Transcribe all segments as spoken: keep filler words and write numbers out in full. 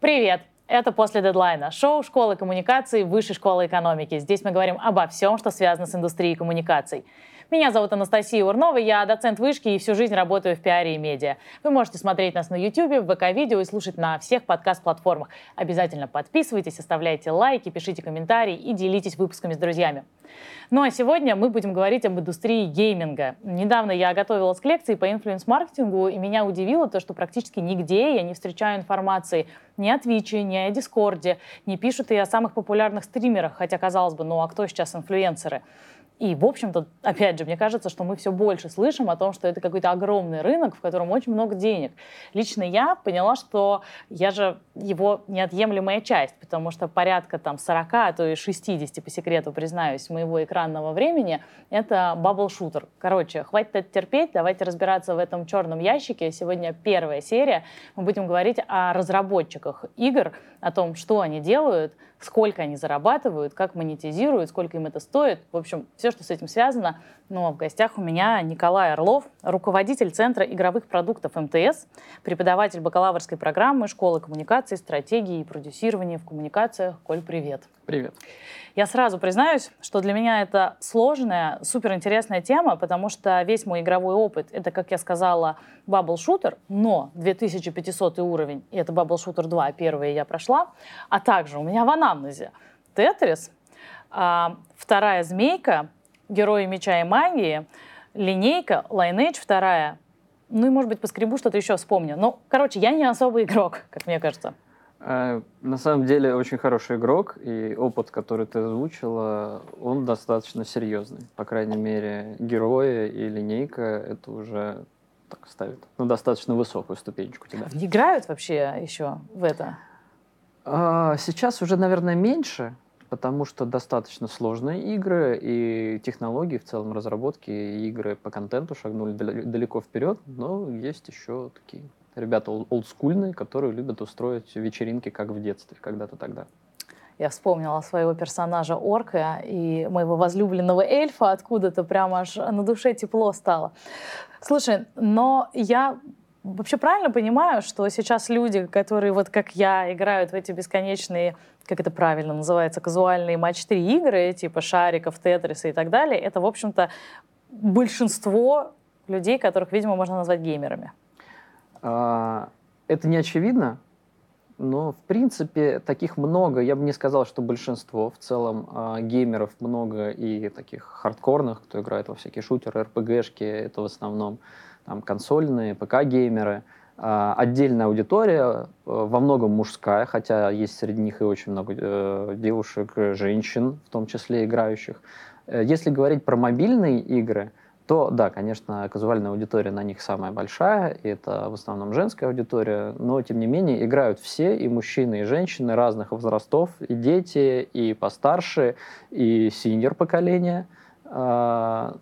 Привет! Это «После дедлайна» — шоу школы коммуникаций Высшей школы экономики. Здесь мы говорим обо всем, что связано с индустрией коммуникаций. Меня зовут Анастасия Урнова, я доцент вышки и всю жизнь работаю в пиаре и медиа. Вы можете смотреть нас на YouTube, в ВК-видео и слушать на всех подкаст-платформах. Обязательно подписывайтесь, оставляйте лайки, пишите комментарии и делитесь выпусками с друзьями. Ну а сегодня мы будем говорить об индустрии гейминга. Недавно я готовилась к лекции по инфлюенс-маркетингу, и меня удивило то, что практически нигде я не встречаю информации ни о Твиче, ни о Дискорде, не пишут и о самых популярных стримерах, хотя, казалось бы, ну а кто сейчас инфлюенсеры? И, в общем-то, опять же, мне кажется, что мы все больше слышим о том, что это какой-то огромный рынок, в котором очень много денег. Лично я поняла, что я же его неотъемлемая часть, потому что порядка там сорока, а то и шестидесяти, по секрету признаюсь, моего экранного времени — это бабл-шутер. Короче, хватит это терпеть, давайте разбираться в этом черном ящике. Сегодня первая серия. Мы будем говорить о разработчиках игр, о том, что они делают, сколько они зарабатывают, как монетизируют, сколько им это стоит. В общем, все, что с этим связано. Ну, а в гостях у меня Николай Орлов, руководитель Центра игровых продуктов эм тэ эс, преподаватель бакалаврской программы Школы коммуникаций, стратегии и продюсирования в коммуникациях. Коль, привет. Привет. Я сразу признаюсь, что для меня это сложная, суперинтересная тема, потому что весь мой игровой опыт — это, как я сказала, бабл-шутер, но две тысячи пятисотый уровень, и это бабл-шутер два, первый я прошла, а также у меня в анамнезе Тетрис, а, вторая змейка, Герои меча и магии, линейка, Lineage вторая, ну и, может быть, поскребу, что-то еще вспомню. Ну, короче, я не особый игрок, как мне кажется. На самом деле очень хороший игрок, и опыт, который ты озвучила, он достаточно серьезный. По крайней мере, герои и линейка это уже так ставит на достаточно высокую ступенечку тебя. Играют вообще еще в это? А, сейчас уже, наверное, меньше, потому что достаточно сложные игры, и технологии в целом разработки, и игры по контенту шагнули далеко вперед, но есть еще такие ребята олдскульные, которые любят устроить вечеринки, как в детстве, когда-то тогда. Я вспомнила своего персонажа орка и моего возлюбленного эльфа, откуда-то прямо аж на душе тепло стало. Слушай, но я вообще правильно понимаю, что сейчас люди, которые вот как я играют в эти бесконечные, как это правильно называется, казуальные матч-три игры, типа шариков, тетриса и так далее, это, в общем-то, большинство людей, которых, видимо, можно назвать геймерами? Это не очевидно, но, в принципе, таких много. Я бы не сказал, что большинство. В целом геймеров много и таких хардкорных, кто играет во всякие шутеры, эр пи гэшки. Это в основном там, консольные, ПК-геймеры. Отдельная аудитория, во многом мужская, хотя есть среди них и очень много девушек, женщин, в том числе играющих. Если говорить про мобильные игры, то да, конечно, казуальная аудитория на них самая большая, и это в основном женская аудитория, но тем не менее играют все, и мужчины, и женщины разных возрастов, и дети, и постарше, и синьор поколение, и это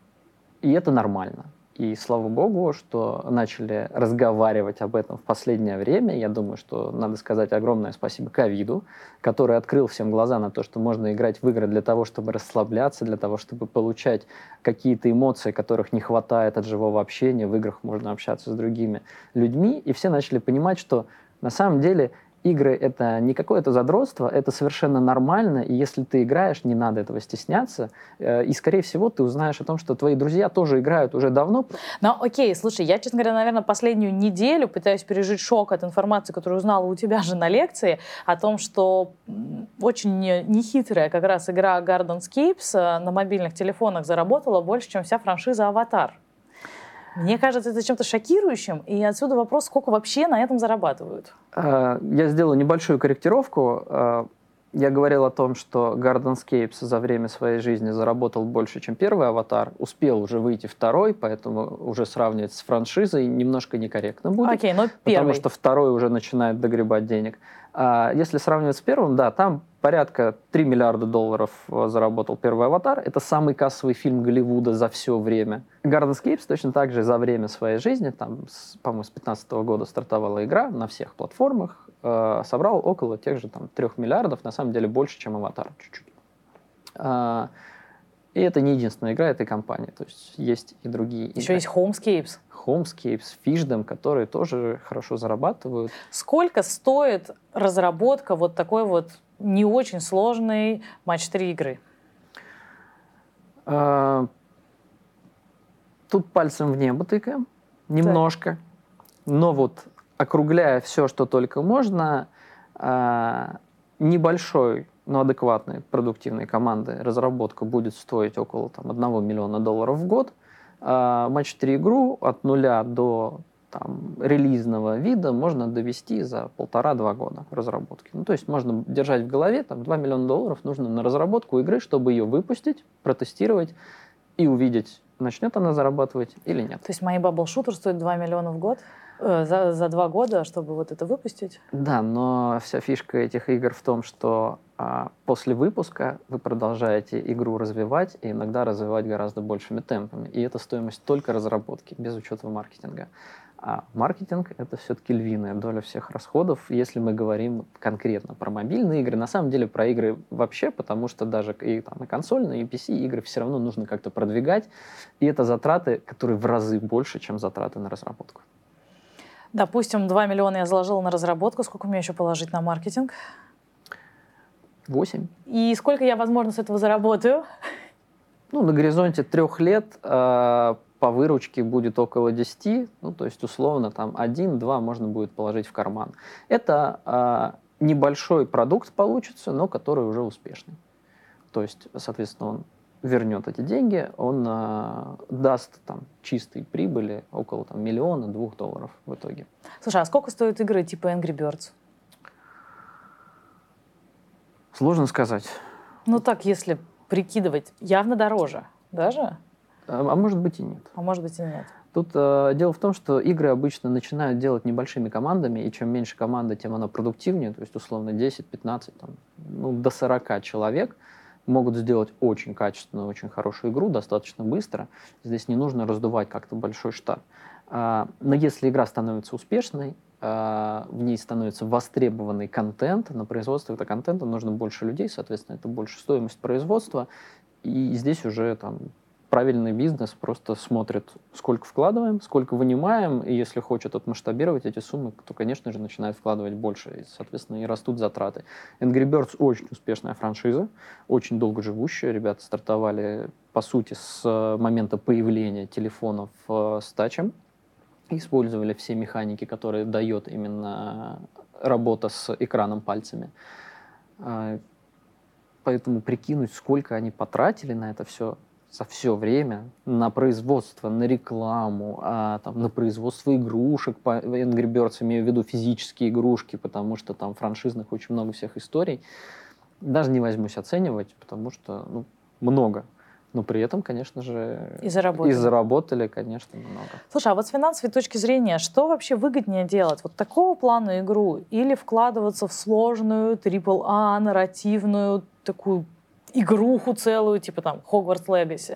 нормально. И слава богу, что начали разговаривать об этом в последнее время. Я думаю, что надо сказать огромное спасибо ковиду, который открыл всем глаза на то, что можно играть в игры для того, чтобы расслабляться, для того, чтобы получать какие-то эмоции, которых не хватает от живого общения. В играх можно общаться с другими людьми. И все начали понимать, что на самом деле игры — это не какое-то задротство, это совершенно нормально, и если ты играешь, не надо этого стесняться, и, скорее всего, ты узнаешь о том, что твои друзья тоже играют уже давно. Ну, окей, слушай, я, честно говоря, наверное, последнюю неделю пытаюсь пережить шок от информации, которую узнала у тебя же на лекции, о том, что очень нехитрая как раз игра Gardenscapes на мобильных телефонах заработала больше, чем вся франшиза «Аватар». Мне кажется, это чем-то шокирующим, и отсюда вопрос, сколько вообще на этом зарабатывают. Я сделаю небольшую корректировку. Я говорил о том, что Gardenscapes за время своей жизни заработал больше, чем первый «Аватар». Успел уже выйти второй, поэтому уже сравнивать с франшизой немножко некорректно будет. Окей, но первый. Потому что второй уже начинает догребать денег. А если сравнивать с первым, да, там порядка три миллиарда долларов заработал первый «Аватар». Это самый кассовый фильм Голливуда за все время. Gardenscapes точно так же за время своей жизни, там, с, по-моему, с две тысячи пятнадцатого года стартовала игра на всех платформах, э, собрал около тех же там, трех миллиардов, на самом деле больше, чем «Аватар» чуть-чуть. Э, И это не единственная игра этой компании, то есть есть и другие игры. Еще есть Homescapes. Homescapes, Fishdom, которые тоже хорошо зарабатывают. Сколько стоит разработка вот такой вот не очень сложной матч три игры? А, тут пальцем в небо тыкаем, немножко, так. Но вот округляя все, что только можно, а, небольшой, но адекватной, продуктивной команды разработка будет стоить около там, одного миллиона долларов в год. А матч три игру от нуля до там, релизного вида можно довести за полтора-два года разработки. Ну, то есть можно держать в голове, там, два миллиона долларов нужно на разработку игры, чтобы ее выпустить, протестировать и увидеть, начнет она зарабатывать или нет. То есть мои Bubble Shooter стоит два миллиона в год? За, за два года, чтобы вот это выпустить? Да, но вся фишка этих игр в том, что а, после выпуска вы продолжаете игру развивать, и иногда развивать гораздо большими темпами. И это стоимость только разработки, без учета маркетинга. А маркетинг — это все-таки львиная доля всех расходов, если мы говорим конкретно про мобильные игры. На самом деле про игры вообще, потому что даже и, там, и консольные, и пи си игры все равно нужно как-то продвигать. И это затраты, которые в разы больше, чем затраты на разработку. Допустим, два миллиона я заложила на разработку. Сколько мне еще положить на маркетинг? Восемь. И сколько я, возможно, с этого заработаю? Ну, на горизонте трех лет э, по выручке будет около десяти. Ну, то есть, условно, там один-два можно будет положить в карман. Это э, небольшой продукт получится, но который уже успешный. То есть, соответственно, он вернет эти деньги, он э, даст там чистой прибыли около там, миллиона-двух долларов в итоге. Слушай, а сколько стоят игры типа Angry Birds? Сложно сказать. Ну так, если прикидывать, явно дороже, даже? А, а может быть и нет. А может быть и нет. Тут э, дело в том, что игры обычно начинают делать небольшими командами, и чем меньше команда, тем она продуктивнее, то есть условно десять-пятнадцать, там, ну, до сорока человек могут сделать очень качественную, очень хорошую игру достаточно быстро. Здесь не нужно раздувать как-то большой штат. А, но если игра становится успешной, а, в ней становится востребованный контент, на производство этого контента нужно больше людей, соответственно, это больше стоимость производства, и здесь уже там правильный бизнес просто смотрит, сколько вкладываем, сколько вынимаем, и если хочет отмасштабировать эти суммы, то, конечно же, начинает вкладывать больше, и, соответственно, и растут затраты. Angry Birds очень успешная франшиза, очень долго живущая. Ребята стартовали, по сути, с момента появления телефонов с тачем, использовали все механики, которые дает именно работа с экраном пальцами. Поэтому прикинуть, сколько они потратили на это все, за все время, на производство, на рекламу, а, там, на производство игрушек, по Angry Birds, имею в виду физические игрушки, потому что там франшизных очень много всех историй, даже не возьмусь оценивать, потому что ну, много. Но при этом, конечно же, и заработали. и заработали, конечно, много. Слушай, а вот с финансовой точки зрения, что вообще выгоднее делать? Вот такого плана игру или вкладываться в сложную, трипл А, нарративную, такую игруху целую, типа там Hogwarts Legacy?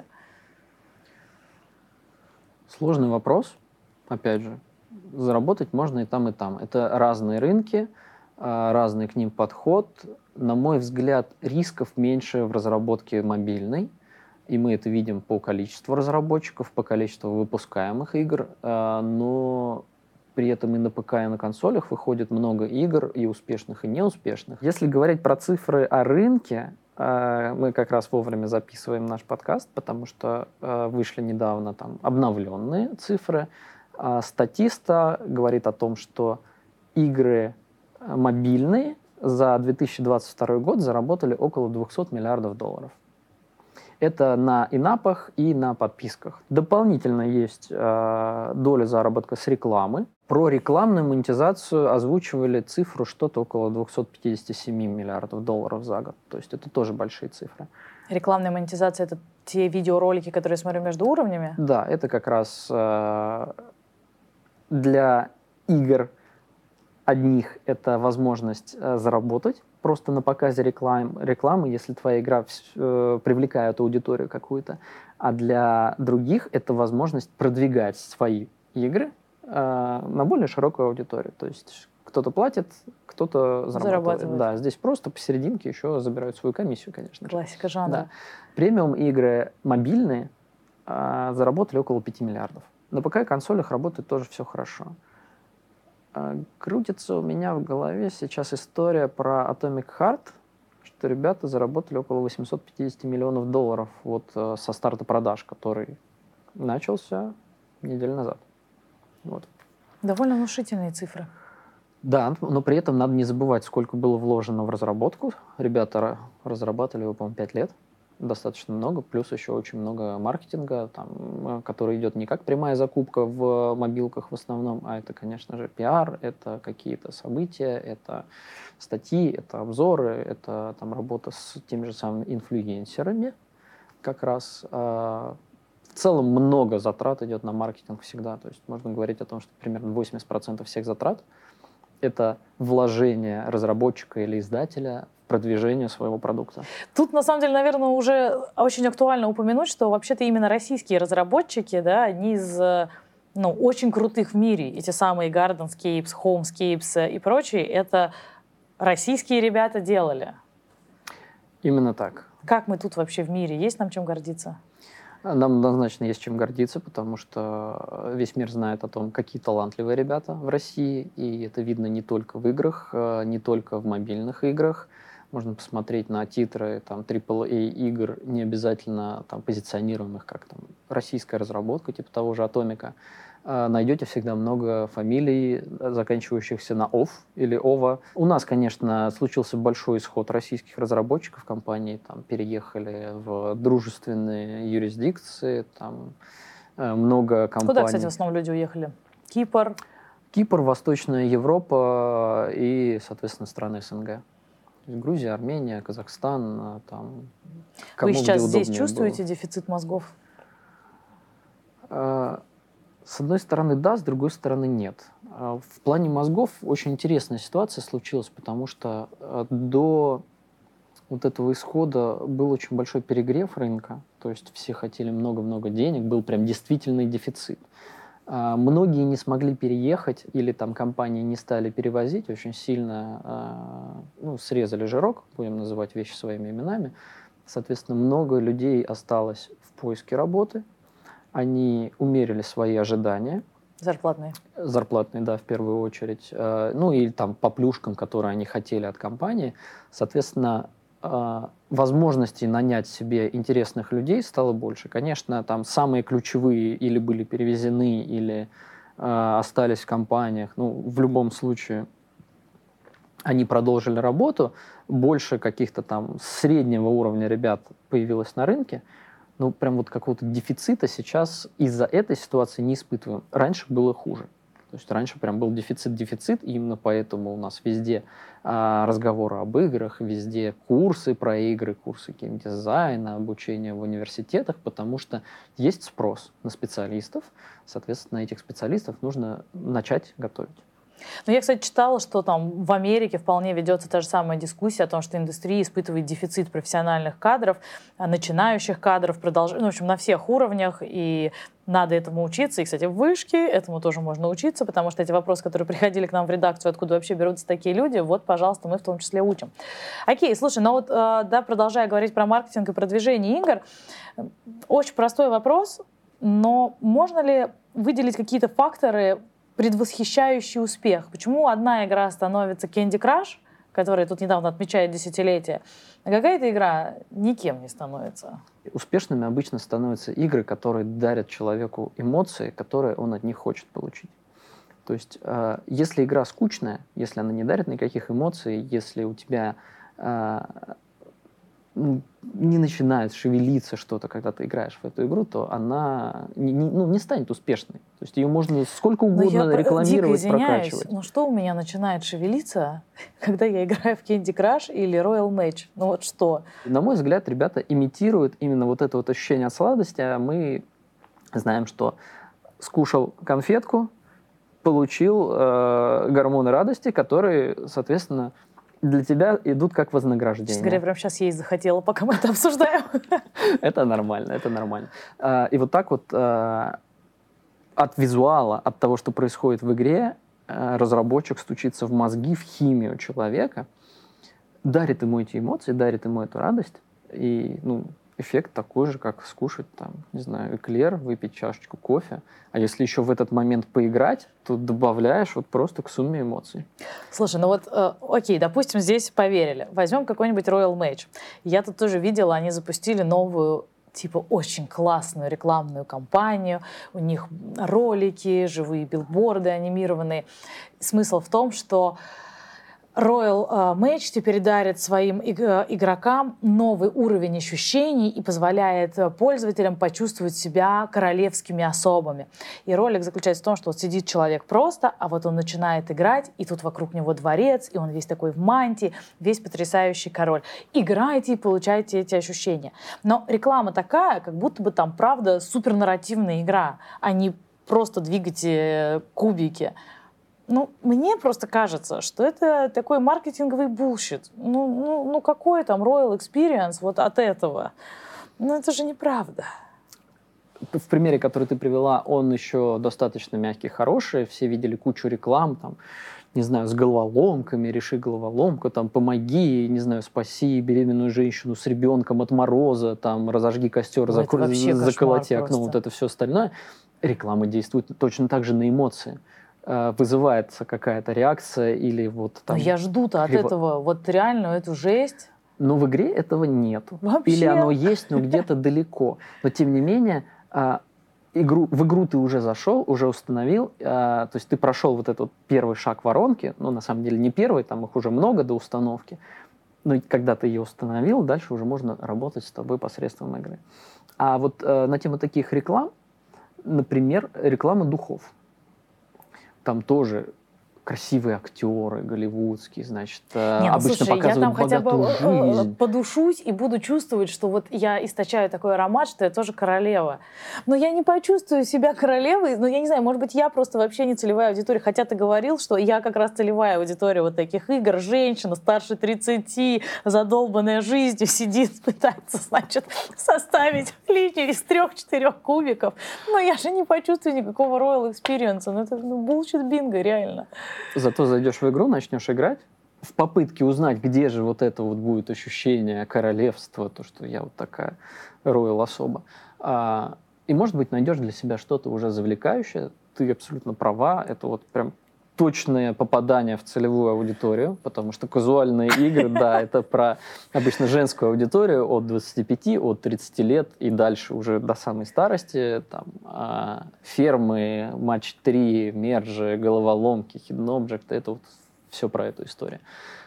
Сложный вопрос, опять же. Заработать можно и там, и там. Это разные рынки, разный к ним подход. На мой взгляд, рисков меньше в разработке мобильной. И мы это видим по количеству разработчиков, по количеству выпускаемых игр. Но при этом и на ПК, и на консолях выходит много игр, и успешных, и неуспешных. Если говорить про цифры о рынке, мы как раз вовремя записываем наш подкаст, потому что вышли недавно там обновленные цифры. Статиста говорит о том, что игры мобильные за две тысячи двадцать второй год заработали около двухсот миллиардов долларов. Это на инапах и на подписках. Дополнительно есть э, доля заработка с рекламы. Про рекламную монетизацию озвучивали цифру что-то около двухсот пятидесяти семи миллиардов долларов за год. То есть это тоже большие цифры. Рекламная монетизация — это те видеоролики, которые я смотрю между уровнями? Да, это как раз э, для игр одних это возможность э, заработать просто на показе реклам, рекламы, если твоя игра э, привлекает аудиторию какую-то. А для других это возможность продвигать свои игры э, на более широкую аудиторию. То есть Кто-то платит, кто-то зарабатывает. Зарабатывает. Да, здесь просто посерединке еще забирают свою комиссию, конечно же. Классика жанра. Да. Премиум игры мобильные а, заработали около пяти миллиардов. На ПК и консолях работает тоже все хорошо. А, крутится у меня в голове сейчас история про Atomic Heart, что ребята заработали около восемьсот пятьдесят миллионов долларов вот, э, со старта продаж, который начался неделю назад. Вот. Довольно внушительные цифры. Да, но при этом надо не забывать, сколько было вложено в разработку. Ребята разрабатывали его, по-моему, пять лет. Достаточно много. Плюс еще очень много маркетинга, там, который идет не как прямая закупка в мобилках в основном, а это, конечно же, пиар, это какие-то события, это статьи, это обзоры, это там, работа с теми же самыми инфлюенсерами как раз. В целом много затрат идет на маркетинг всегда. То есть можно говорить о том, что примерно восемьдесят процентов всех затрат это вложение разработчика или издателя в продвижение своего продукта. Тут, на самом деле, наверное, уже очень актуально упомянуть, что вообще-то именно российские разработчики, да, одни из ну, очень крутых в мире. Эти самые Gardenscapes, Homescapes и прочие, это российские ребята делали. Именно так. Как мы тут вообще в мире? Есть нам чем гордиться? Нам однозначно есть чем гордиться, потому что весь мир знает о том, какие талантливые ребята в России, и это видно не только в играх, не только в мобильных играх. Можно посмотреть на титры там, трипл эй игр, не обязательно там, позиционируемых как там, российская разработка, типа того же Атомика. Найдете всегда много фамилий, заканчивающихся на ов или ова. У нас, конечно, случился большой исход российских разработчиков, компаний там переехали в дружественные юрисдикции, там много компаний. Куда, кстати, в основном люди уехали? Кипр? Кипр, Восточная Европа и, соответственно, страны СНГ. Грузия, Армения, Казахстан. Там, Вы сейчас здесь чувствуете было. Дефицит мозгов? С одной стороны, да, с другой стороны, нет. В плане мозгов очень интересная ситуация случилась, потому что до вот этого исхода был очень большой перегрев рынка, то есть все хотели много-много денег, был прям действительный дефицит. Многие не смогли переехать или там компании не стали перевозить, очень сильно ну, срезали жирок, будем называть вещи своими именами. Соответственно, много людей осталось в поиске работы. Они умерили свои ожидания. Зарплатные. Зарплатные, да, в первую очередь. Ну, или там по плюшкам, которые они хотели от компании. Соответственно, возможностей нанять себе интересных людей стало больше. Конечно, там самые ключевые или были перевезены, или остались в компаниях. Ну, в любом случае, они продолжили работу. Больше каких-то там среднего уровня ребят появилось на рынке. Ну, прям вот какого-то дефицита сейчас из-за этой ситуации не испытываем. Раньше было хуже. То есть раньше прям был дефицит-дефицит, и именно поэтому у нас везде а, разговоры об играх, везде курсы про игры, курсы геймдизайна, обучение в университетах, потому что есть спрос на специалистов, соответственно, этих специалистов нужно начать готовить. Но я, кстати, читала, что там в Америке вполне ведется та же самая дискуссия о том, что индустрия испытывает дефицит профессиональных кадров, начинающих кадров, продолж... ну, в общем, на всех уровнях, и надо этому учиться. И, кстати, в вышке этому тоже можно учиться, потому что эти вопросы, которые приходили к нам в редакцию, откуда вообще берутся такие люди, вот, пожалуйста, мы в том числе учим. Окей, слушай, ну вот, да, продолжая говорить про маркетинг и продвижение игр, очень простой вопрос, но можно ли выделить какие-то факторы, предвосхищающий успех? Почему одна игра становится Candy Crush, которая тут недавно отмечает десятилетие, а какая-то игра никем не становится? Успешными обычно становятся игры, которые дарят человеку эмоции, которые он от них хочет получить. То есть, э, если игра скучная, если она не дарит никаких эмоций, если у тебя э, не начинает шевелиться что-то, когда ты играешь в эту игру, то она не, не, ну, не станет успешной. То есть ее можно сколько угодно я рекламировать, дико прокачивать. Ну что у меня начинает шевелиться, когда я играю в Candy Crush или Royal Match? Ну вот что? На мой взгляд, ребята имитируют именно вот это вот ощущение от сладости, а мы знаем, что скушал конфетку, получил э, гормоны радости, которые, соответственно, для тебя идут как вознаграждение. Честно говоря, прямо сейчас есть захотела, пока мы это обсуждаем. Это нормально, это нормально. И вот так вот от визуала, от того, что происходит в игре, э, разработчик стучится в мозги, в химию человека, дарит ему эти эмоции, дарит ему эту радость, и, ну, эффект такой же, как скушать, там, не знаю, эклер, выпить чашечку кофе. А если еще в этот момент поиграть, то добавляешь вот просто к сумме эмоций. Слушай, ну вот, э, окей, допустим, здесь поверили. Возьмем какой-нибудь Royal Mage. Я тут тоже видела, они запустили новую, типа, очень классную рекламную кампанию. У них ролики, живые билборды анимированные. Смысл в том, что Royal Mage теперь дарит своим игрокам новый уровень ощущений и позволяет пользователям почувствовать себя королевскими особами. И ролик заключается в том, что вот сидит человек просто, а вот он начинает играть, и тут вокруг него дворец, и он весь такой в мантии, весь потрясающий король. Играйте и получайте эти ощущения. Но реклама такая, как будто бы там, правда, супернарративная игра, а не просто двигайте кубики. Ну, мне просто кажется, что это такой маркетинговый булщит. Ну, ну, ну какой там Royal Experience вот от этого? Ну, это же неправда. В примере, который ты привела, он еще достаточно мягкий, хороший. Все видели кучу реклам, там, не знаю, с головоломками, реши головоломку, там, помоги, не знаю, спаси беременную женщину с ребенком от мороза, там, разожги костер, Ну, заку... заколоти окно, просто. вот это все остальное. Реклама действует точно так же на эмоции. Вызывается какая-то реакция или вот там... Но я жду-то от криво... этого вот реально эту жесть. Но в игре этого нету. Вообще? Или оно есть, но где-то далеко. Но тем не менее, игру, в игру ты уже зашел, уже установил, то есть ты прошел вот этот первый шаг воронки, ну, на самом деле не первый, там их уже много до установки, но когда ты ее установил, дальше уже можно работать с тобой посредством игры. А вот на тему таких реклам, например, реклама духов. Там тоже красивые актеры голливудские, значит, Не, ну, обычно слушай, показывают я там хотя бы жизнь. подушусь и буду чувствовать, что вот я источаю такой аромат, что я тоже королева. Но я не почувствую себя королевой, ну, я не знаю, может быть, я просто вообще не целевая аудитория, хотя ты говорил, что я как раз целевая аудитория вот таких игр, женщина старше тридцати, задолбанная жизнью, сидит, пытается, значит, составить линию из трех-четырех кубиков. Но я же не почувствую никакого Royal Experience, ну, это ну, bullshit бинго, реально. Зато зайдешь в игру, начнешь играть, в попытке узнать, где же вот это вот будет ощущение королевства, то, что я вот такая роял особа. А, и, может быть, найдешь для себя что-то уже завлекающее. Ты абсолютно права, это вот прям точное попадание в целевую аудиторию, потому что казуальные игры, да, это про обычно женскую аудиторию от двадцати пяти, от тридцати лет и дальше уже до самой старости. Там, фермы, матч три, мержи, головоломки, hidden object, это вот все про эту историю.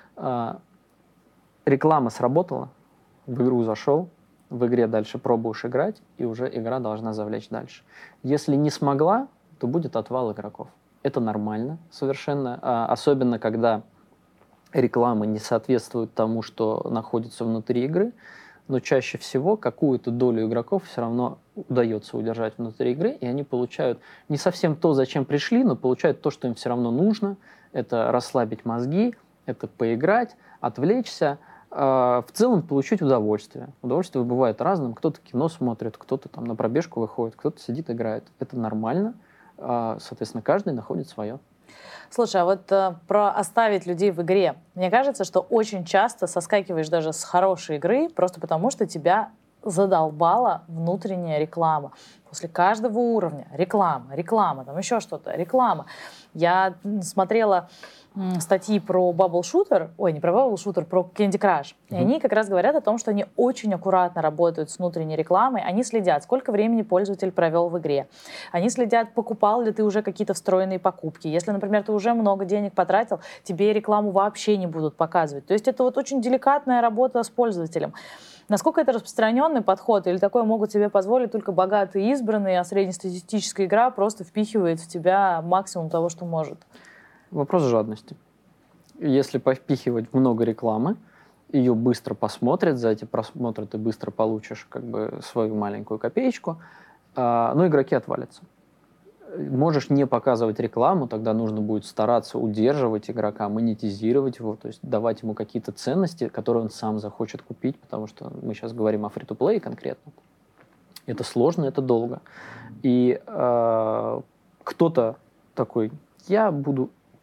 Реклама сработала, в игру зашел, в игре дальше пробуешь играть, и уже игра должна завлечь дальше. Если не смогла, то будет отвал игроков. Это нормально совершенно, а, особенно когда реклама не соответствует тому, что находится внутри игры, но чаще всего какую-то долю игроков все равно удается удержать внутри игры, и они получают не совсем то, зачем пришли, но получают то, что им все равно нужно. Это расслабить мозги, это поиграть, отвлечься, э, в целом получить удовольствие. Удовольствие бывает разным. Кто-то кино смотрит, кто-то там на пробежку выходит, кто-то сидит, играет. Это нормально. Соответственно, каждый находит свое. Слушай, а вот э, про оставить людей в игре. Мне кажется, что очень часто соскакиваешь даже с хорошей игры просто потому, что тебя задолбала внутренняя реклама. После каждого уровня реклама, реклама, там еще что-то, реклама. Я смотрела статьи про Bubble Shooter, ой, не про Bubble Shooter, про Candy Crush. И mm-hmm. они как раз говорят о том, что они очень аккуратно работают с внутренней рекламой. Они следят, сколько времени пользователь провел в игре. Они следят, покупал ли ты уже какие-то встроенные покупки. Если, например, ты уже много денег потратил, тебе рекламу вообще не будут показывать. То есть это вот очень деликатная работа с пользователем. Насколько это распространенный подход, или такое могут себе позволить только богатые избранные, а среднестатистическая игра просто впихивает в тебя максимум того, что может? Вопрос жадности. Если повпихивать много рекламы, ее быстро посмотрят, за эти просмотры ты быстро получишь как бы свою маленькую копеечку, но игроки отвалятся. Можешь не показывать рекламу, тогда нужно будет стараться удерживать игрока, монетизировать его, то есть давать ему какие-то ценности, которые он сам захочет купить, потому что мы сейчас говорим о фри-то-плей конкретно. Это сложно, это долго. И э, кто-то такой, я буду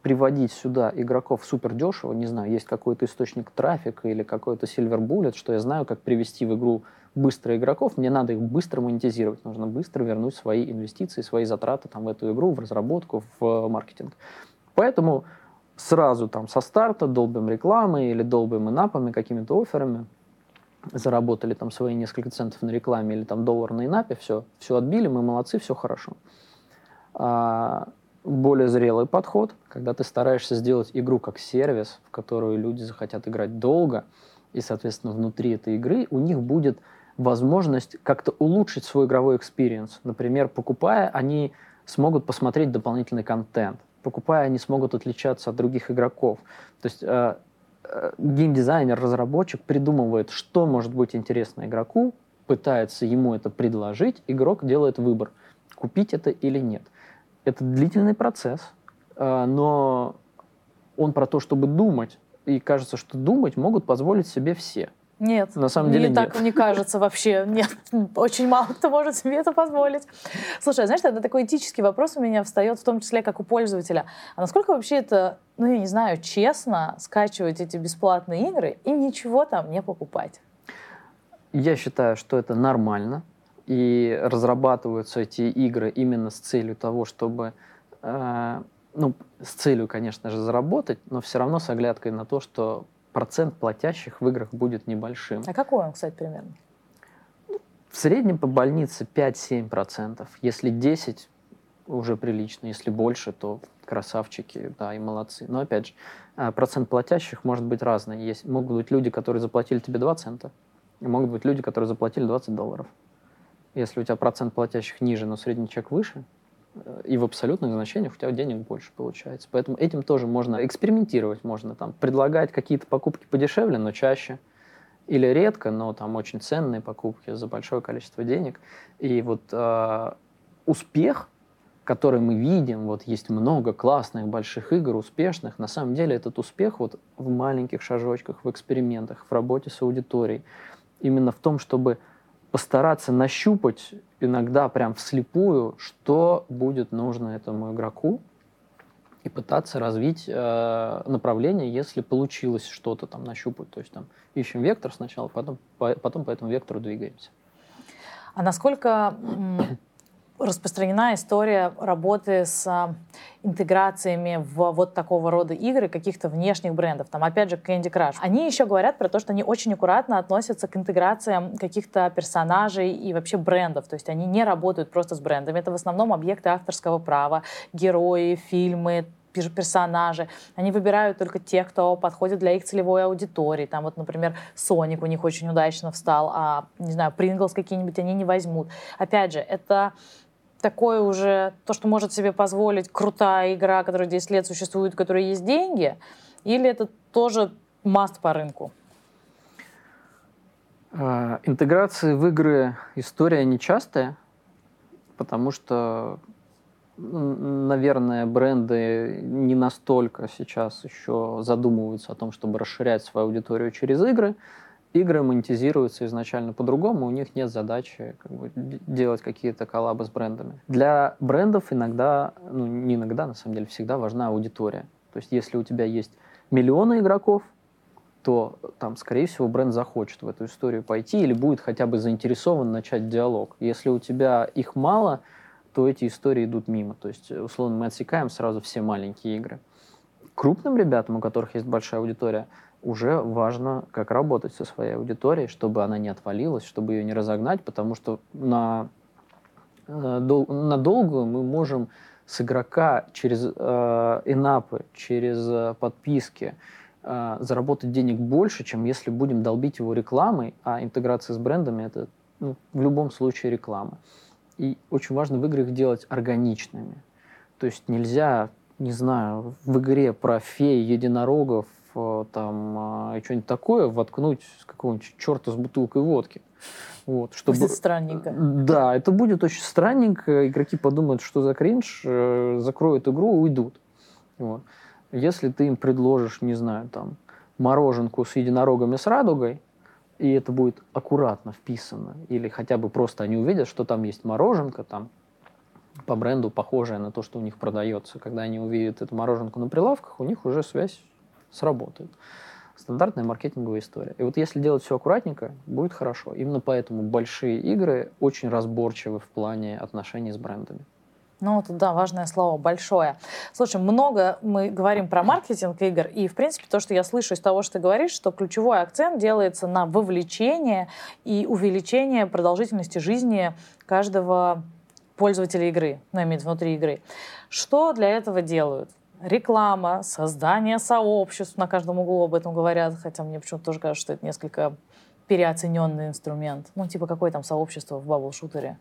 приводить сюда игроков супер дешево, не знаю, есть какой-то источник трафика или какой-то silver bullet, что я знаю, как привести в игру быстро игроков, мне надо их быстро монетизировать, нужно быстро вернуть свои инвестиции, свои затраты там, в эту игру, в разработку, в маркетинг. Поэтому сразу там со старта долбим рекламой или долбим инапами, какими-то офферами, заработали там свои несколько центов на рекламе или там доллар на инапе, все, все отбили, мы молодцы, все хорошо. А, более зрелый подход, когда ты стараешься сделать игру как сервис, в которую люди захотят играть долго, и, соответственно, внутри этой игры у них будет возможность как-то улучшить свой игровой экспириенс. Например, покупая, они смогут посмотреть дополнительный контент. Покупая, они смогут отличаться от других игроков. То есть э, э, геймдизайнер, разработчик придумывает, что может быть интересно игроку, пытается ему это предложить, игрок делает выбор, купить это или нет. Это длительный процесс, э, но он про то, чтобы думать. И кажется, что думать могут позволить себе все. Нет, на самом деле не нет. Так не кажется вообще. Нет, очень мало кто может себе это позволить. Слушай, знаешь, это такой этический вопрос у меня встает, в том числе как у пользователя. А насколько вообще это, ну я не знаю, честно скачивать эти бесплатные игры и ничего там не покупать? Я считаю, что это нормально. И разрабатываются эти игры именно с целью того, чтобы, э, ну, с целью, конечно же, заработать, но все равно с оглядкой на то, что процент платящих в играх будет небольшим. А какой он, кстати, примерно? В среднем по больнице пять-семь процентов. Если десять, уже прилично. Если больше, то красавчики, да, и молодцы. Но опять же, процент платящих может быть разный. Есть, могут быть люди, которые заплатили тебе два цента, и могут быть люди, которые заплатили двадцать долларов. Если у тебя процент платящих ниже, но средний чек выше, и в абсолютных значениях у тебя денег больше получается. Поэтому этим тоже можно экспериментировать, можно там предлагать какие-то покупки подешевле, но чаще, или редко, но там очень ценные покупки за большое количество денег. И вот э, успех, который мы видим, вот есть много классных больших игр, успешных, на самом деле этот успех вот в маленьких шажочках, в экспериментах, в работе с аудиторией, именно в том, чтобы постараться нащупать иногда прям вслепую, что будет нужно этому игроку, и пытаться развить э, направление, если получилось что-то там нащупать. То есть там ищем вектор сначала, потом по, потом по этому вектору двигаемся. А насколько распространена история работы с а, интеграциями в вот такого рода игры каких-то внешних брендов, там опять же Candy Crush. Они еще говорят про то, что они очень аккуратно относятся к интеграциям каких-то персонажей и вообще брендов, то есть они не работают просто с брендами, это в основном объекты авторского права, герои, фильмы, персонажи. Они выбирают только тех, кто подходит для их целевой аудитории. Там вот, например, Соник у них очень удачно встал, а, не знаю, Принглс какие-нибудь они не возьмут. Опять же, это такое уже, то, что может себе позволить крутая игра, которая десять лет существует, у которой есть деньги, или это тоже маст по рынку? А, интеграции в игры история нечастая, потому что, наверное, бренды не настолько сейчас еще задумываются о том, чтобы расширять свою аудиторию через игры. Игры монетизируются изначально по-другому, у них нет задачи как бы делать какие-то коллабы с брендами. Для брендов иногда, ну не иногда, на самом деле, всегда важна аудитория. То есть если у тебя есть миллионы игроков, то там, скорее всего, бренд захочет в эту историю пойти или будет хотя бы заинтересован начать диалог. Если у тебя их мало, то эти истории идут мимо. То есть, условно, мы отсекаем сразу все маленькие игры. Крупным ребятам, у которых есть большая аудитория, уже важно, как работать со своей аудиторией, чтобы она не отвалилась, чтобы ее не разогнать, потому что на, э, дол- на долгую мы можем с игрока через э, инапы, через э, подписки э, заработать денег больше, чем если будем долбить его рекламой, а интеграция с брендами — это ну, в любом случае реклама. И очень важно в играх делать органичными. То есть нельзя, не знаю, в игре про фей, единорогов, там, и что-нибудь такое воткнуть с какого-нибудь черта с бутылкой водки. Вот, чтобы... Будет странненько. Да, это будет очень странненько. Игроки подумают, что за кринж, закроют игру, уйдут. Вот. Если ты им предложишь, не знаю, там, мороженку с единорогами с радугой, и это будет аккуратно вписано, или хотя бы просто они увидят, что там есть мороженка, там, по бренду похожее на то, что у них продается. Когда они увидят эту мороженку на прилавках, у них уже связь сработает. Стандартная маркетинговая история. И вот если делать все аккуратненько, будет хорошо. Именно поэтому большие игры очень разборчивы в плане отношений с брендами. Ну, вот, да, важное слово, большое. Слушай, много мы говорим про маркетинг игр, и, в принципе, то, что я слышу из того, что ты говоришь, что ключевой акцент делается на вовлечение и увеличение продолжительности жизни каждого пользователя игры, ну, я имею в виду внутри игры. Что для этого делают? Реклама, создание сообществ, на каждом углу об этом говорят, хотя мне почему-то тоже кажется, что это несколько переоцененный инструмент. Ну, типа, какое там сообщество в бабл-шутере?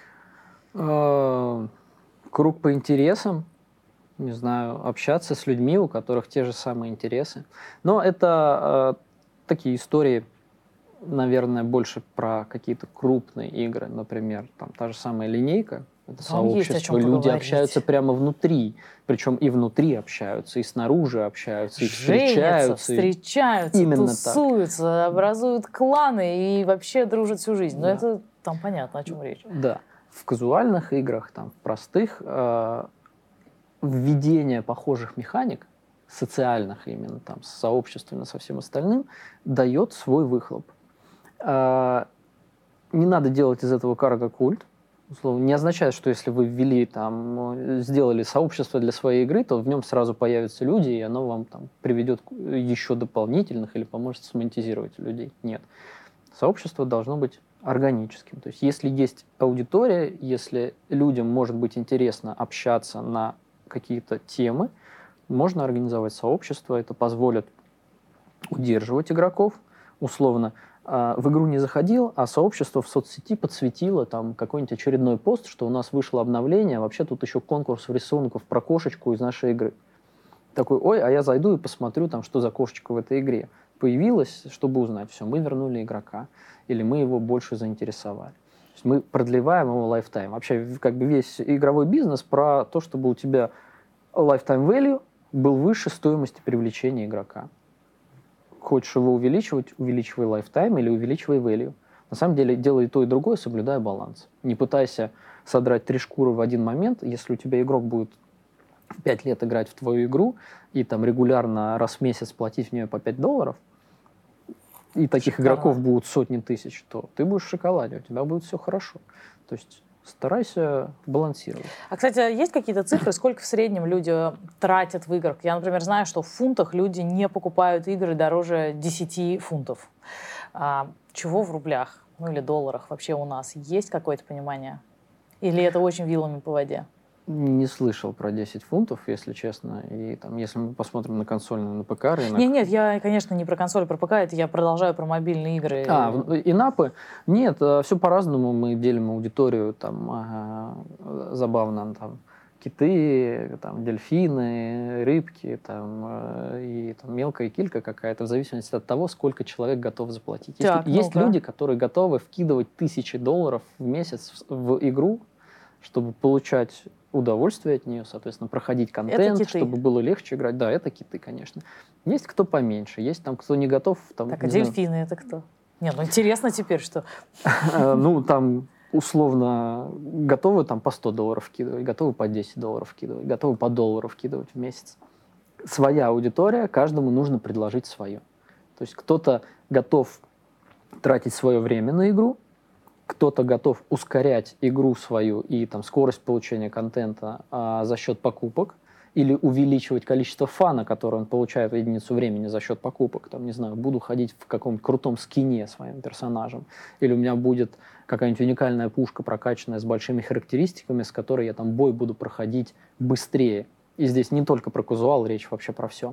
Круг по интересам, не знаю, общаться с людьми, у которых те же самые интересы. Но это э, такие истории, наверное, больше про какие-то крупные игры, например, там та же самая линейка, это Там есть о сообщество, чем люди поговорить. общаются прямо внутри, причем и внутри общаются, и снаружи общаются, и Женятся, встречаются. встречаются, Именно тусуются, так. Образуют кланы и вообще дружат всю жизнь. Но Да. это там понятно, о чем речь. Да. В казуальных играх, там, в простых, э, введение похожих механик, социальных именно, там, с сообществами, со всем остальным, дает свой выхлоп. Э, не надо делать из этого карго-культ. Условно, не означает, что если вы ввели, там, сделали сообщество для своей игры, то в нем сразу появятся люди, и оно вам там приведет еще дополнительных или поможет смонетизировать людей. Нет. Сообщество должно быть органическим. То есть если есть аудитория, если людям может быть интересно общаться на какие-то темы, можно организовать сообщество, это позволит удерживать игроков. Условно, в игру не заходил, а сообщество в соцсети подсветило там какой-нибудь очередной пост, что у нас вышло обновление, вообще тут еще конкурс рисунков про кошечку из нашей игры. Такой, ой, а я зайду и посмотрю, там, что за кошечка в этой игре. Появилась, чтобы узнать, все, мы вернули игрока, или мы его больше заинтересовали. То есть мы продлеваем его лайфтайм. Вообще, как бы весь игровой бизнес про то, чтобы у тебя lifetime value был выше стоимости привлечения игрока. Хочешь его увеличивать, увеличивай лайфтайм или увеличивай value. На самом деле, делай и то, и другое, соблюдая баланс. Не пытайся содрать три шкуры в один момент. Если у тебя игрок будет пять лет играть в твою игру и там регулярно раз в месяц платить в нее по пять долларов, и таких Шоколад. игроков будут сотни тысяч, то ты будешь в шоколаде, у тебя будет все хорошо. То есть старайся балансировать. А, кстати, есть какие-то цифры, сколько в среднем люди тратят в играх? Я, например, знаю, что в фунтах люди не покупают игры дороже десяти фунтов. А, чего в рублях, ну или долларах вообще у нас? Есть какое-то понимание? Или это очень вилами по воде? Не слышал про десять фунтов, если честно. И там, если мы посмотрим на консольный, на ПК рынок... Нет, нет, я, конечно, не про консоль, про ПК, это я продолжаю про мобильные игры. А, инапы? Нет, все по-разному. Мы делим аудиторию, там, ага, забавно, там, киты, там, дельфины, рыбки, там, и там, мелкая килька какая-то, в зависимости от того, сколько человек готов заплатить. Так, есть есть ну-ка. люди, которые готовы вкидывать тысячи долларов в месяц в игру, чтобы получать удовольствие от нее, соответственно, проходить контент, чтобы было легче играть. Да, это киты, конечно. Есть кто поменьше, есть там кто не готов. Там, так, не а знаю. дельфины это кто? Нет, ну интересно теперь, что... Ну, там, условно, готовы там по сто долларов вкидывать, готовы по десять долларов вкидывать, готовы по доллару вкидывать в месяц. Своя аудитория, каждому нужно предложить свое. То есть кто-то готов тратить свое время на игру, кто-то готов ускорять игру свою и там, скорость получения контента а, за счет покупок или увеличивать количество фана, которое он получает в единицу времени за счет покупок. Там, не знаю, буду ходить в каком-то крутом скине своим персонажем, или у меня будет какая-нибудь уникальная пушка, прокачанная с большими характеристиками, с которой я там бой буду проходить быстрее. И здесь не только про казуал, речь вообще про все.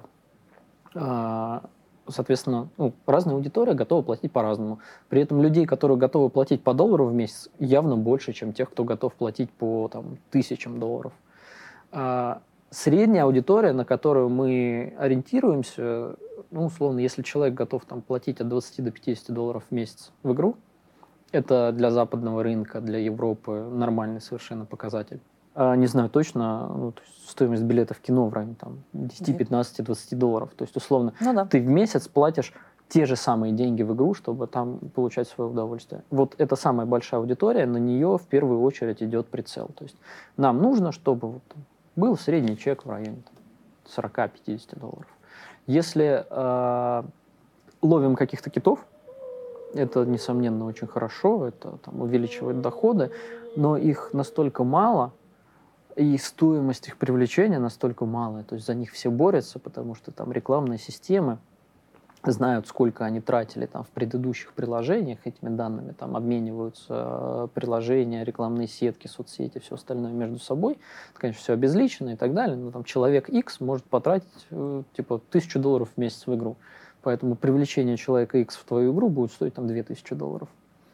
Соответственно, ну, разная аудитория готова платить по-разному. При этом людей, которые готовы платить по доллару в месяц, явно больше, чем тех, кто готов платить по там, тысячам долларов. А средняя аудитория, на которую мы ориентируемся, ну, условно, если человек готов там, платить от двадцати до пятидесяти долларов в месяц в игру, это для западного рынка, для Европы нормальный совершенно показатель. А, не знаю точно, ну, то есть стоимость билета в кино в районе там, десяти, пятнадцати, двадцати долларов. То есть, условно, Ну, да. ты в месяц платишь те же самые деньги в игру, чтобы там получать свое удовольствие. Вот это самая большая аудитория, на нее в первую очередь идет прицел. То есть нам нужно, чтобы вот был средний чек в районе сорок-пятьдесят долларов. Если э, ловим каких-то китов, это, несомненно, очень хорошо, это там, увеличивает доходы, но их настолько мало, и стоимость их привлечения настолько малая, то есть за них все борются, потому что там рекламные системы знают, сколько они тратили там в предыдущих приложениях этими данными, там обмениваются приложения, рекламные сетки, соцсети, все остальное между собой. Это, конечно, все обезличено и так далее, но там человек X может потратить типа тысячу долларов в месяц в игру. Поэтому привлечение человека X в твою игру будет стоить там две тысячи долларов.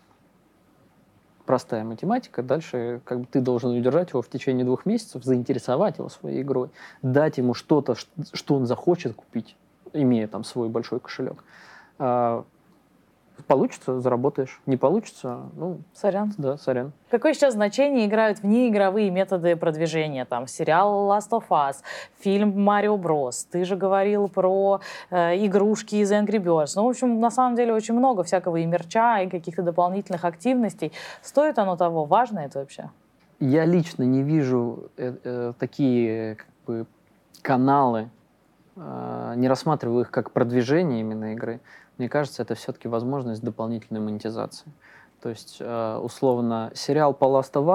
Простая математика. Дальше как бы ты должен удержать его в течение двух месяцев, заинтересовать его своей игрой, дать ему что-то, что он захочет купить, имея там свой большой кошелек. А, получится, заработаешь. Не получится, ну... Сорян. Да, сорян. Какое сейчас значение играют внеигровые методы продвижения? Там сериал Last of Us, фильм Mario Bros. Ты же говорил про э, игрушки из Angry Birds. Ну, в общем, на самом деле очень много всякого и мерча, и каких-то дополнительных активностей. Стоит оно того? Важно это вообще? Я лично не вижу э, э, такие как бы каналы, не рассматриваю их как продвижение именно игры. Мне кажется, это все-таки возможность дополнительной монетизации. То есть, условно, сериал по Last of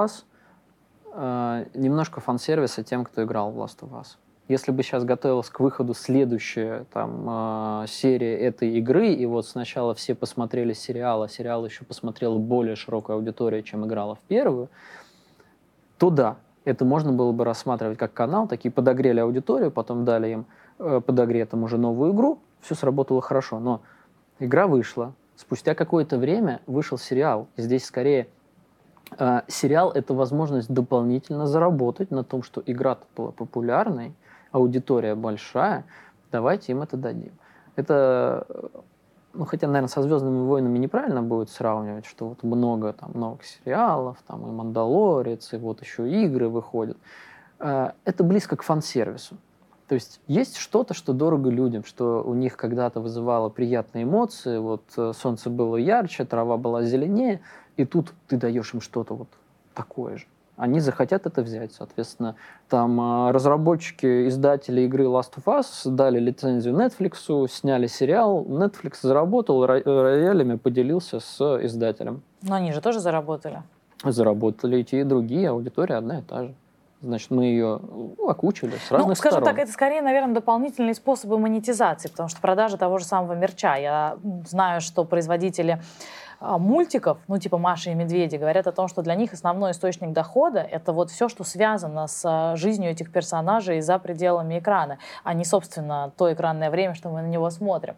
Us немножко фан-сервиса тем, кто играл в Last of Us. Если бы сейчас готовилась к выходу следующая там, серия этой игры, и вот сначала все посмотрели сериал, а сериал еще посмотрела более широкая аудитория, чем играла в первую, то да, это можно было бы рассматривать как канал, такие подогрели аудиторию, потом дали им подогретым уже новую игру, все сработало хорошо, но игра вышла, спустя какое-то время вышел сериал, и здесь скорее э, сериал — это возможность дополнительно заработать на том, что игра была популярной, аудитория большая, давайте им это дадим. Это, ну хотя, наверное, со «Звездными войнами» неправильно будет сравнивать, что вот много там новых сериалов, там и «Мандалорец», и вот еще игры выходят. Э, это близко к фан-сервису. То есть есть что-то, что дорого людям, что у них когда-то вызывало приятные эмоции, вот солнце было ярче, трава была зеленее, и тут ты даешь им что-то вот такое же. Они захотят это взять, соответственно, там разработчики, издатели игры Last of Us дали лицензию Netflix, сняли сериал, Netflix заработал, роялями поделился с издателем. Но они же тоже заработали. Заработали и те, и другие, аудитория одна и та же. Значит, мы ее ну, окучили с разных ну, скажем сторон. так, это скорее, наверное, дополнительные способы монетизации, потому что продажа того же самого мерча. Я знаю, что производители а, мультиков, ну типа Маши и Медведи, говорят о том, что для них основной источник дохода — это вот все, что связано с а, жизнью этих персонажей за пределами экрана, а не, собственно, то экранное время, что мы на него смотрим.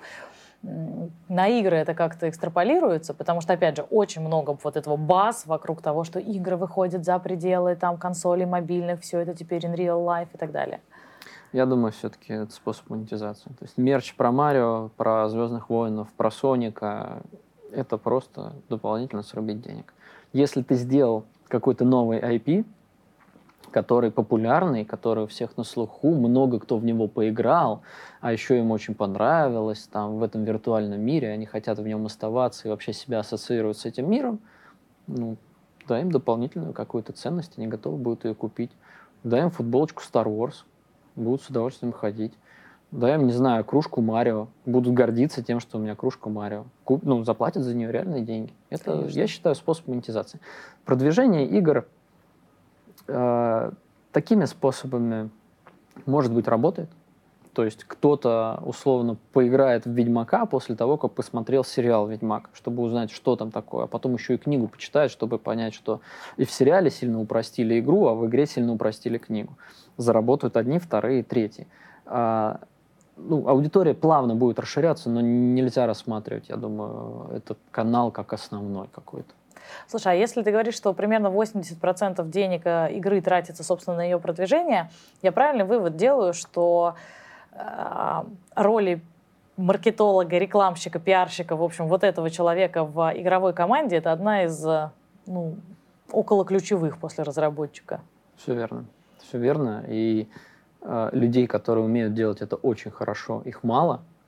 На игры это как-то экстраполируется, потому что, опять же, очень много вот этого базз вокруг того, что игры выходят за пределы там, консолей, мобильных, все это теперь in real life и так далее. Я думаю, все-таки это способ монетизации. То есть мерч про Марио, про Звездных воинов, про Соника — это просто дополнительно срубить денег. Если ты сделал какой-то новый ай пи, который популярный, который у всех на слуху, много кто в него поиграл, а еще им очень понравилось там, в этом виртуальном мире, они хотят в нем оставаться и вообще себя ассоциируют с этим миром, ну, дай им дополнительную какую-то ценность, они готовы будут ее купить. Дай им футболочку Star Wars, будут с удовольствием ходить. Дай им, не знаю, кружку Марио, будут гордиться тем, что у меня кружка Марио. Куп, ну, заплатят за нее реальные деньги. Это, конечно, я считаю, способ монетизации. Продвижение игр э, такими способами, может быть, работает. То есть кто-то условно поиграет в Ведьмака после того, как посмотрел сериал «Ведьмак», чтобы узнать, что там такое, а потом еще и книгу почитает, чтобы понять, что и в сериале сильно упростили игру, а в игре сильно упростили книгу. Заработают одни, вторые, третьи. А, ну, аудитория плавно будет расширяться, но нельзя рассматривать, я думаю, этот канал как основной какой-то. Слушай, а если ты говоришь, что примерно восемьдесят процентов денег игры тратится, собственно, на ее продвижение, я правильный вывод делаю, что э, роли маркетолога, рекламщика, пиарщика, в общем, вот этого человека в игровой команде — это одна из, ну, около ключевых после разработчика? Все верно. Все верно. И э, людей, которые умеют делать это очень хорошо, их мало.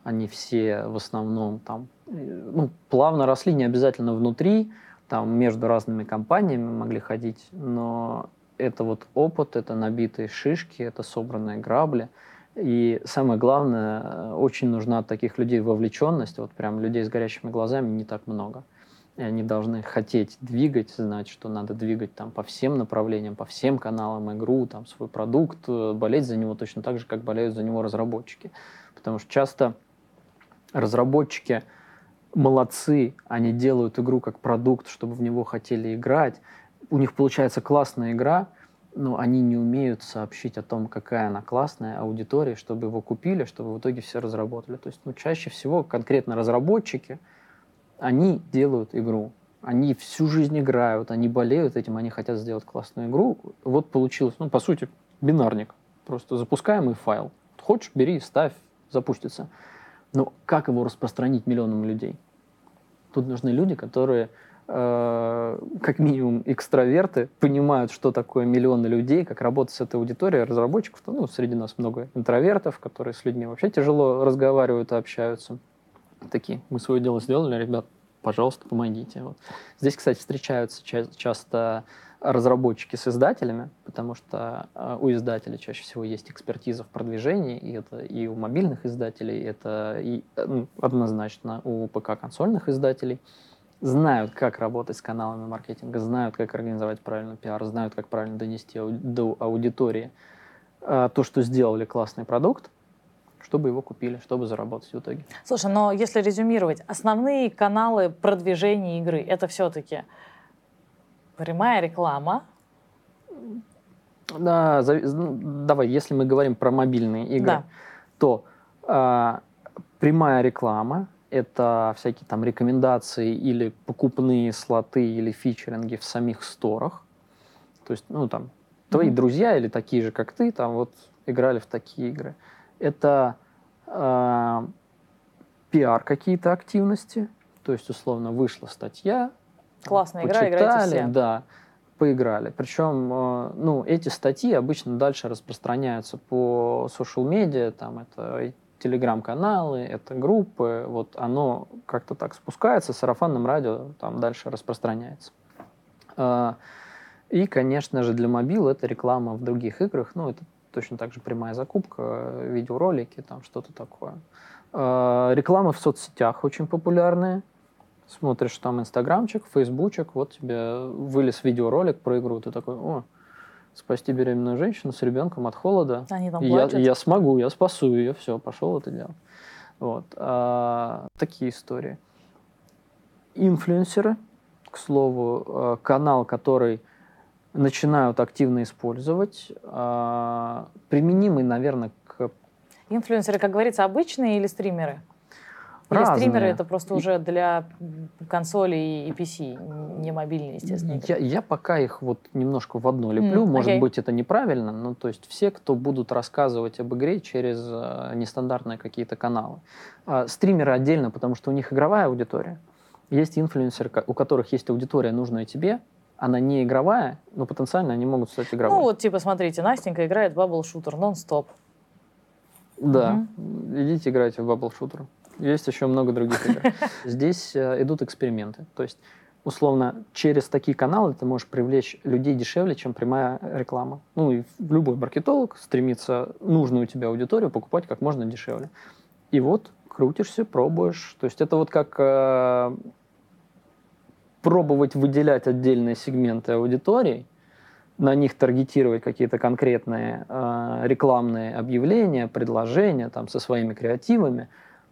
они все в основном там, ну, плавно росли, не обязательно внутри, там между разными компаниями могли ходить, но это вот опыт, это набитые шишки, это собранные грабли. И самое главное, очень нужна от таких людей вовлеченность, вот прям людей с горящими глазами не так много. И они должны хотеть двигать, знать, что надо двигать там по всем направлениям, по всем каналам игру, там свой продукт, болеть за него точно так же, как болеют за него разработчики. Потому что часто разработчики молодцы, они делают игру как продукт, чтобы в него хотели играть. У них получается классная игра, но они не умеют сообщить о том, какая она классная аудитории, чтобы его купили, чтобы в итоге все разработали. То есть, ну, чаще всего конкретно разработчики, они делают игру. Они всю жизнь играют, они болеют этим, они хотят сделать классную игру. Вот получилось, ну, по сути, бинарник. Просто запускаемый файл. Хочешь, бери, ставь, запустится. Но как его распространить миллионам людей? Тут нужны люди, которые, э, как минимум, экстраверты, понимают, что такое миллионы людей, как работать с этой аудиторией, разработчиков. Ну, среди нас много интровертов, которые с людьми вообще тяжело разговаривают и общаются. Такие, мы свое дело сделали, ребят, пожалуйста, помогите. Вот. Здесь, кстати, встречаются ча- часто разработчики с издателями, потому что э, у издателей чаще всего есть экспертиза в продвижении, и это и у мобильных издателей, это и, ну, однозначно у ПК-консольных издателей. Знают, как работать с каналами маркетинга, знают, как организовать правильный пиар, знают, как правильно донести ау- до аудитории э, то, что сделали классный продукт, чтобы его купили, чтобы заработать в итоге. Слушай, но если резюмировать, основные каналы продвижения игры — это все-таки прямая реклама. Да, зави- ну, давай, если мы говорим про мобильные игры, Да. то а, прямая реклама — это всякие там рекомендации или покупные слоты или фичеринги в самих сторах. То есть, ну, там, твои Мгм. друзья или такие же, как ты, там, вот, играли в такие игры. Это а, пиар какие-то активности, то есть, условно, вышла статья, там, Классная игра, играйте почитали, все. да, поиграли. Причем, э, ну, эти статьи обычно дальше распространяются по social-медиа, там, это и телеграм-каналы, это группы, вот оно как-то так спускается, сарафанным радио там дальше распространяется. А, И, конечно же, для мобил это реклама в других играх, ну, это точно так же прямая закупка, видеоролики, там что-то такое. А, Реклама в соцсетях очень популярная. Смотришь там инстаграмчик, фейсбучик, вот тебе вылез видеоролик про игру, ты такой: о, спасти беременную женщину с ребенком от холода. Они там И я, плачут. я смогу, я спасу ее, все, пошел это дело. Вот. А, такие истории. Инфлюенсеры, к слову, э, канал, который начинают активно использовать, а, применимый, наверное, к Инфлюенсеры, как говорится, обычные или стримеры? Или стримеры — разные. это просто И- уже для м, консолей и пи си, не мобильные, естественно, игры. Я, я пока их вот немножко в одно леплю. М, Может окей. быть, это неправильно, но то есть все, кто будут рассказывать об игре через э, нестандартные какие-то каналы. А, стримеры отдельно, потому что у них игровая аудитория. Есть инфлюенсеры, ко- у которых есть аудитория, нужная тебе. Она не игровая, но потенциально они могут стать игровой. Ну вот, типа, смотрите, Настенька играет в бабл-шутер нон-стоп. Да, идите играйте в Bubble Shooter. Есть еще много других игр. Здесь э, идут эксперименты. То есть, условно, через такие каналы ты можешь привлечь людей дешевле, чем прямая реклама. Ну и любой маркетолог стремится нужную тебе аудиторию покупать как можно дешевле. И вот крутишься, пробуешь. То есть это вот как э, пробовать выделять отдельные сегменты аудитории, на них таргетировать какие-то конкретные э, рекламные объявления, предложения там, со своими креативами.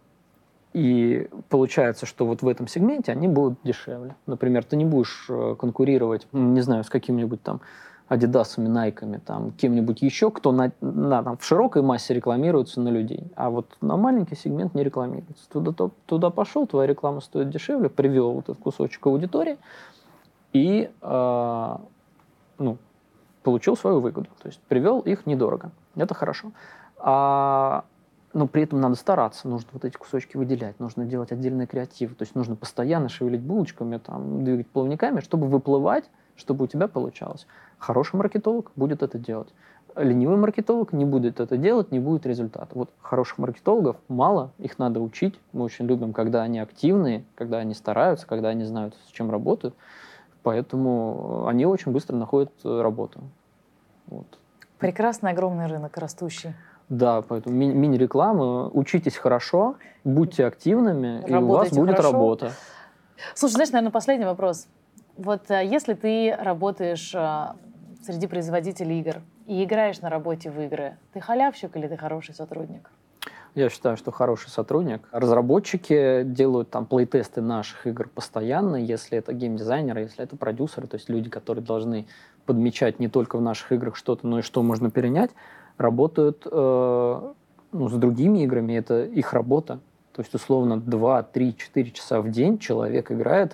И получается, что вот в этом сегменте они будут дешевле. Например, ты не будешь э, конкурировать, м, не знаю, с какими-нибудь там Адидасами, Найками, там, кем-нибудь еще, кто на, на, там, в широкой массе рекламируется на людей, а вот на маленький сегмент не рекламируется. Туда, то- туда пошел, твоя реклама стоит дешевле, привел вот этот кусочек аудитории и э, ну, получил свою выгоду. То есть привел их недорого. Это хорошо. А, но при этом надо стараться. Нужно вот эти кусочки выделять. Нужно делать отдельные креативы. То есть нужно постоянно шевелить булочками, там, двигать плавниками, чтобы выплывать, чтобы у тебя получалось. Хороший маркетолог будет это делать. Ленивый маркетолог не будет это делать, не будет результата. Вот хороших маркетологов мало, их надо учить. Мы очень любим, когда они активные, когда они стараются, когда они знают, с чем работают. Поэтому они очень быстро находят работу. Вот. Прекрасный, огромный рынок, растущий. Да, поэтому ми- мини-реклама. Учитесь хорошо, будьте активными, и у вас Работайте будет хорошо. работа. Слушай, знаешь, наверное, последний вопрос. Вот а, если ты работаешь а, среди производителей игр и играешь на работе в игры, ты халявщик или ты хороший сотрудник? Я считаю, что хороший сотрудник. Разработчики делают там плейтесты наших игр постоянно, если это геймдизайнеры, если это продюсеры, то есть люди, которые должны подмечать не только в наших играх что-то, но и что можно перенять, работают э, ну, с другими играми, это их работа. То есть, условно, два, три, четыре часа в день человек играет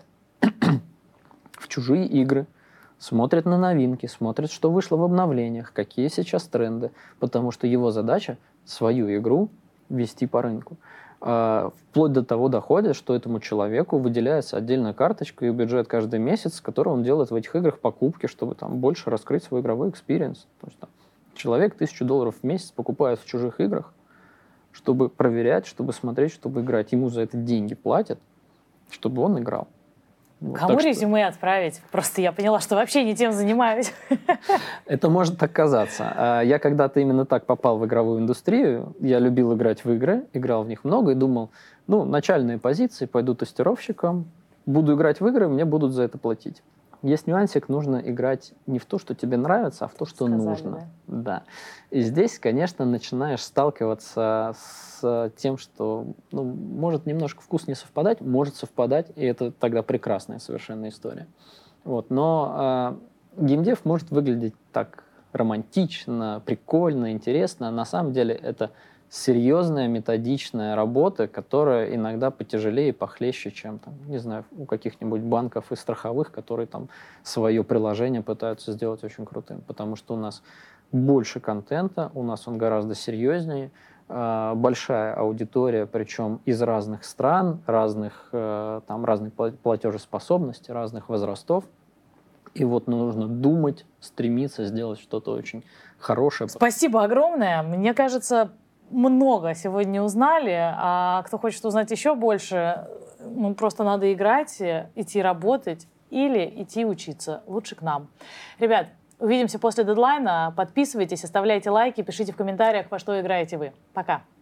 в чужие игры, смотрит на новинки, смотрит, что вышло в обновлениях, какие сейчас тренды, потому что его задача свою игру вести по рынку. А, вплоть до того доходит, что этому человеку выделяется отдельная карточка и бюджет каждый месяц, с которым он делает в этих играх покупки, чтобы там больше раскрыть свой игровой экспириенс. То есть, там, человек тысячу долларов в месяц покупает в чужих играх, чтобы проверять, чтобы смотреть, чтобы играть. Ему за это деньги платят, чтобы он играл. Вот, Кому так что резюме отправить? Просто я поняла, что вообще не тем занимаюсь. это может так казаться. А Я когда-то именно так попал в игровую индустрию. Я любил играть в игры, играл в них много и думал, ну, начальные позиции, пойду тестировщиком, буду играть в игры, мне будут за это платить. Есть нюансик, нужно играть не в то, что тебе нравится, а в то, что Сказали, нужно. Да. И здесь, конечно, начинаешь сталкиваться с тем, что ну, может немножко вкус не совпадать, может совпадать, и это тогда прекрасная совершенно история. Вот. Но э, геймдев может выглядеть так романтично, прикольно, интересно. На самом деле это серьезная, методичная работа, которая иногда потяжелее и похлеще, чем, там, не знаю, у каких-нибудь банков и страховых, которые там свое приложение пытаются сделать очень крутым. Потому что у нас больше контента, у нас он гораздо серьезнее, э, большая аудитория, причем из разных стран, разных, э, там, разной платежеспособности, разных возрастов. И вот нужно думать, стремиться сделать что-то очень хорошее. Спасибо огромное. Мне кажется, много сегодня узнали, а кто хочет узнать еще больше, ну, просто надо играть, идти работать или идти учиться. Лучше к нам. Ребят, увидимся после дедлайна. Подписывайтесь, оставляйте лайки, пишите в комментариях, во что играете вы. Пока.